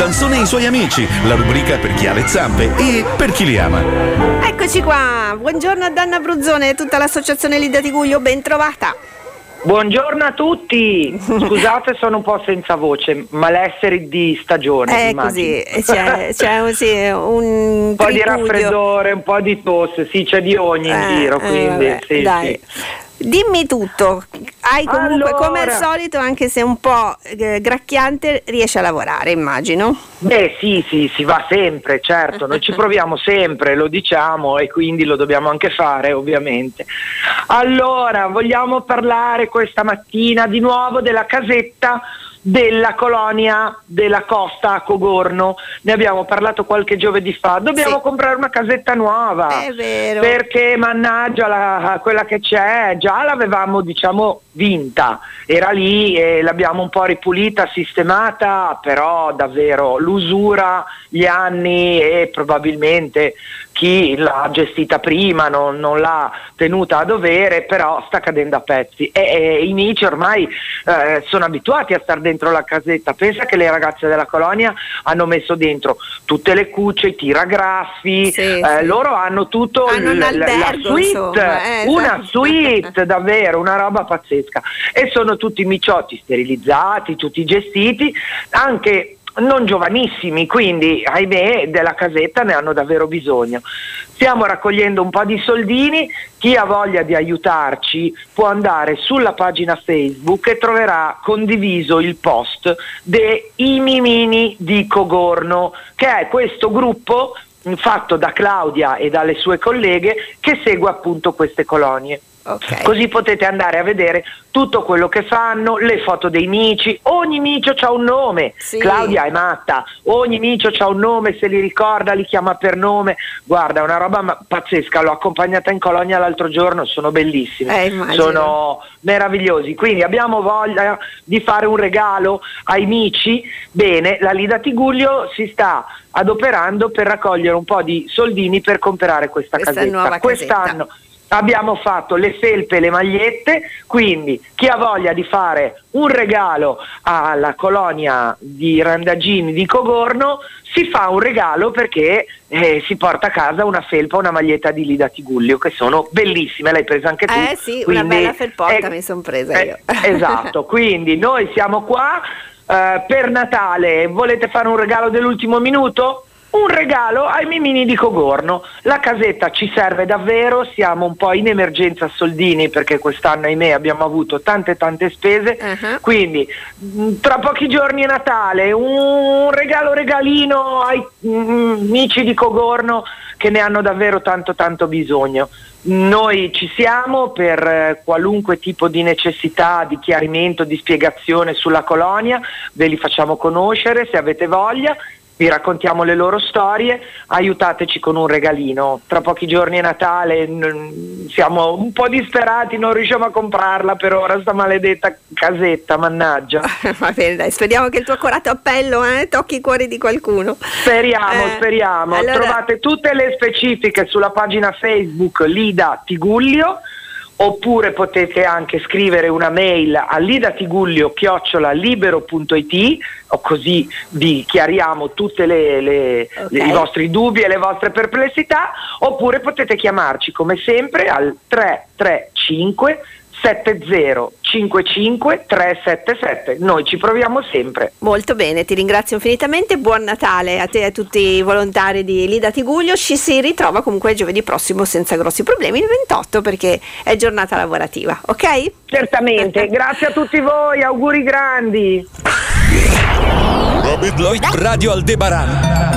Sansone e i suoi amici, la rubrica per chi ha le zampe e per chi li ama. Eccoci qua, buongiorno a Danna Bruzzone e tutta l'associazione Lida Tiguglio, ben trovata. Buongiorno a tutti, scusate sono un po' senza voce, malessere di stagione. Così, c'è un po' di raffreddore, un po' di tosse, sì, c'è di ogni in giro, quindi vabbè, sì, dai. sì. Dimmi tutto, hai comunque Allora, come al solito, anche se un po' gracchiante, riesci a lavorare, immagino. Beh sì, si va sempre, certo, noi ci proviamo sempre, lo diciamo e quindi lo dobbiamo anche fare ovviamente. Allora, vogliamo parlare questa mattina di nuovo della casetta della colonia della Costa a Cogorno. Ne abbiamo parlato qualche giovedì fa. Dobbiamo comprare una casetta nuova. È vero. Perché mannaggia quella che c'è, già l'avevamo diciamo vinta, era lì e l'abbiamo un po' ripulita, sistemata, però davvero l'usura, gli anni e probabilmente chi l'ha gestita prima non l'ha tenuta a dovere, però sta cadendo a pezzi e i amici ormai sono abituati a star dentro la casetta. Pensa che le ragazze della colonia hanno messo dentro tutte le cucce, i tiragraffi, sì. Loro hanno tutto la suite, insomma, una suite davvero, una roba pazzesca, e sono tutti miciotti sterilizzati, tutti gestiti, anche non giovanissimi, quindi ahimè della casetta ne hanno davvero bisogno. Stiamo raccogliendo un po' di soldini, chi ha voglia di aiutarci può andare sulla pagina Facebook e troverà condiviso il post dei Mimini di Cogorno, che è questo gruppo fatto da Claudia e dalle sue colleghe che segue appunto queste colonie. Okay. Così potete andare a vedere tutto quello che fanno, le foto dei mici, ogni micio c'ha un nome, sì. Claudia è matta, ogni micio c'ha un nome, se li ricorda li chiama per nome, guarda è una roba pazzesca, l'ho accompagnata in colonia l'altro giorno, sono bellissimi, sono meravigliosi, quindi abbiamo voglia di fare un regalo ai mici. Bene, la Lida Tiguglio si sta adoperando per raccogliere un po' di soldini per comprare questa casetta. Nuova Quest'anno abbiamo fatto le felpe e le magliette, quindi chi ha voglia di fare un regalo alla colonia di Randagini di Cogorno si fa un regalo perché si porta a casa una felpa o una maglietta di Lida Tiguglio che sono bellissime, l'hai presa anche tu? Sì, quindi, una bella felpotta mi sono presa io. Esatto, quindi noi siamo qua per Natale, volete fare un regalo dell'ultimo minuto? Un regalo ai Mimini di Cogorno. La casetta ci serve davvero, siamo un po' in emergenza soldini perché quest'anno ahimè abbiamo avuto tante spese, quindi tra pochi giorni è Natale, un regalino ai amici di Cogorno che ne hanno davvero tanto bisogno. Noi ci siamo per qualunque tipo di necessità, di chiarimento, di spiegazione sulla colonia, ve li facciamo conoscere se avete voglia. Vi raccontiamo le loro storie, aiutateci con un regalino. Tra pochi giorni è Natale, siamo un po' disperati, non riusciamo a comprarla per ora, sta maledetta casetta, mannaggia. Va bene, dai, speriamo che il tuo accorato appello tocchi i cuori di qualcuno. Speriamo. Allora... Trovate tutte le specifiche sulla pagina Facebook Lida Tiguglio, oppure potete anche scrivere una mail a lidatiguglio@libero.it, o così vi chiariamo tutti i vostri dubbi e le vostre perplessità, oppure potete chiamarci come sempre al 335 7055 377. Noi ci proviamo sempre. Molto bene, ti ringrazio infinitamente, buon Natale a te e a tutti i volontari di Lida Tiguglio. Ci si ritrova comunque giovedì prossimo senza grossi problemi, il 28, perché è giornata lavorativa, ok? Certamente. Grazie a tutti voi, auguri grandi. Radio Aldebaran.